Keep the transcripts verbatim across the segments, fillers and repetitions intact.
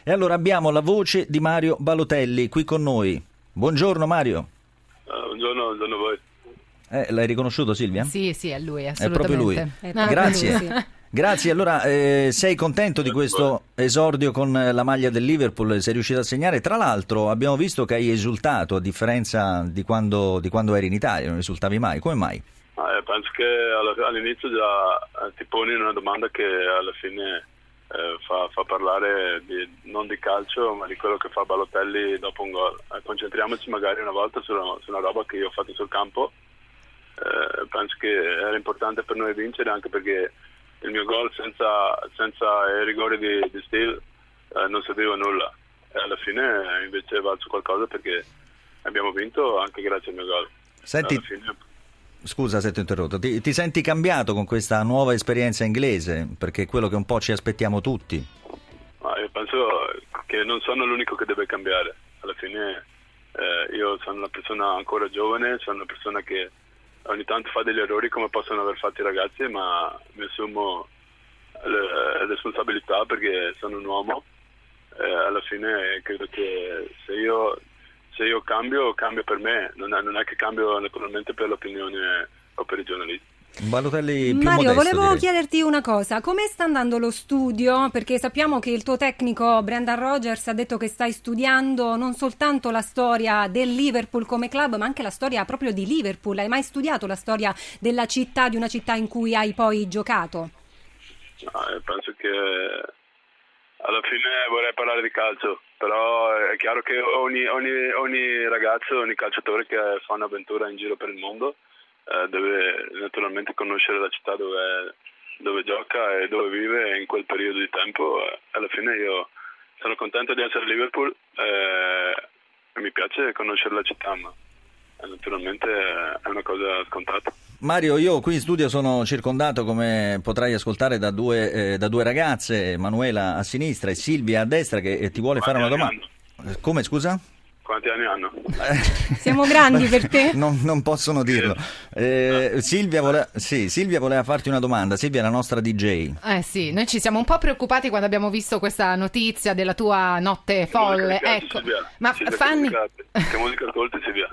E allora abbiamo la voce di Mario Balotelli qui con noi. Buongiorno Mario. Uh, buongiorno, buongiorno a voi. Eh, l'hai riconosciuto Silvia? Sì, sì, è lui, assolutamente. È proprio lui. No, Grazie. lui, sì. Grazie, allora eh, sei contento di questo esordio con la maglia del Liverpool? Sei riuscito a segnare? Tra l'altro abbiamo visto che hai esultato a differenza di quando, di quando eri in Italia, non esultavi mai, come mai? Ah, penso che alla, all'inizio già eh, ti poni una domanda che alla fine eh, fa, fa parlare di, non di calcio ma di quello che fa Balotelli dopo un gol. Eh, concentriamoci magari una volta su una, su una roba che io ho fatto sul campo. Eh, penso che era importante per noi vincere, anche perché il mio gol senza, senza i rigori di, di Steele eh, non serviva a nulla, e alla fine eh, invece è valso qualcosa perché abbiamo vinto anche grazie al mio gol. Senti, fine... scusa se ti ho interrotto, ti, ti senti cambiato con questa nuova esperienza inglese? Perché è quello che un po' ci aspettiamo tutti. Ma io penso che non sono l'unico che deve cambiare, alla fine eh, io sono una persona ancora giovane, sono una persona che ogni tanto fa degli errori come possono aver fatto i ragazzi, ma mi assumo le responsabilità perché sono un uomo. Eh, alla fine credo che se io, se io cambio, cambio per me, non è, non è che cambio naturalmente per l'opinione o per i giornalisti. Balotelli più Mario, modesto, volevo direi. chiederti una cosa, come sta andando lo studio? Perché sappiamo che il tuo tecnico Brendan Rodgers ha detto che stai studiando non soltanto la storia del Liverpool come club, ma anche la storia proprio di Liverpool. Hai mai studiato la storia della città, di una città in cui hai poi giocato? No, io penso che alla fine vorrei parlare di calcio, però è chiaro che ogni, ogni, ogni ragazzo, ogni calciatore che fa un'avventura in giro per il mondo Eh, deve naturalmente conoscere la città dove, dove gioca e dove vive in quel periodo di tempo. Eh, alla fine io sono contento di essere a Liverpool eh, e mi piace conoscere la città, ma eh, naturalmente è una cosa scontata. Mario, io qui in studio sono circondato, come potrai ascoltare, da due, eh, da due ragazze, Manuela a sinistra e Silvia a destra, che eh, ti vuole Quanti fare una anni domanda. hanno? Come, scusa? Quanti anni hanno? Siamo grandi per te? Non, non possono dirlo. Eh, Silvia, vole... sì, Silvia voleva farti una domanda. Silvia è la nostra D J. Eh sì, noi ci siamo un po' preoccupati quando abbiamo visto questa notizia della tua notte folle. Che Ecco, Silvia? ma Silvia, Fanny... Che musica, che musica ascolti, Silvia?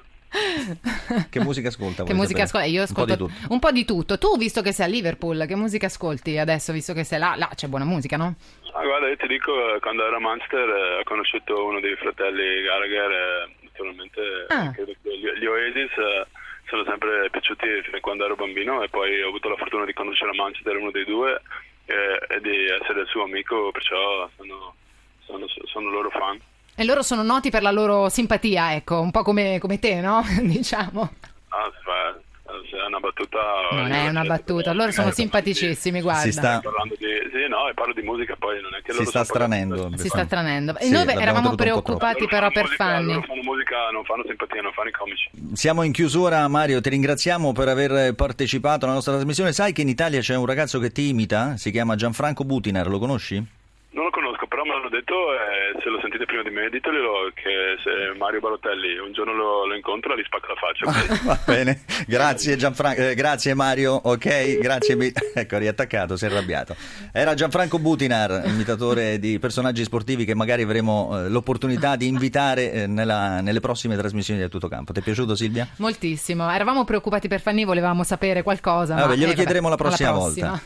Che musica ascolta? Che musica ascolta? Io ascolto un po' di tutto. un po' di tutto. Tu, visto che sei a Liverpool, che musica ascolti adesso, visto che sei là? Là c'è buona musica, no? Ah, guarda, io ti dico, quando ero a Manchester eh, ho conosciuto uno dei fratelli Gallagher e naturalmente Ah. credo che gli, gli Oasis eh, sono sempre piaciuti fino a quando ero bambino, e poi ho avuto la fortuna di conoscere a Manchester uno dei due e, e di essere il suo amico, perciò sono, sono, sono loro fan. E loro sono noti per la loro simpatia, ecco, un po' come, come te, no? Diciamo. Ah, se fa- se è una battuta... Non è una battuta, loro sono Ecco. simpaticissimi, guarda. Si sta, Parlando di, sì, no, e parlo di musica, poi non è che si loro sta sono pagati- stranendo. Si sta stranendo. E Sì, noi l'abbiamo eravamo tenuto un po' troppo. preoccupati Loro però fanno per musica- Fanny. Loro fanno musica, non fanno simpatia, non fanno i comici. Siamo in chiusura, Mario, ti ringraziamo per aver partecipato alla nostra trasmissione. Sai che in Italia c'è un ragazzo che ti imita? Si chiama Gianfranco Butiner, lo conosci? Non lo conosco, però me l'hanno detto e se lo sentite prima di me diteglielo che se Mario Balotelli un giorno lo, lo incontra gli spacca la faccia. ok? Va bene, grazie Gianfranco, eh, grazie Mario, ok, grazie, mi... ecco, riattaccato, si è arrabbiato. Era Gianfranco Butinar, imitatore di personaggi sportivi che magari avremo eh, l'opportunità di invitare eh, nella, nelle prossime trasmissioni di A Tutto Campo. Ti è piaciuto, Silvia? Moltissimo. Eravamo preoccupati per Fanny, volevamo sapere qualcosa. Vabbè, ma, glielo eh, chiederemo vabbè, la prossima alla volta. prossima.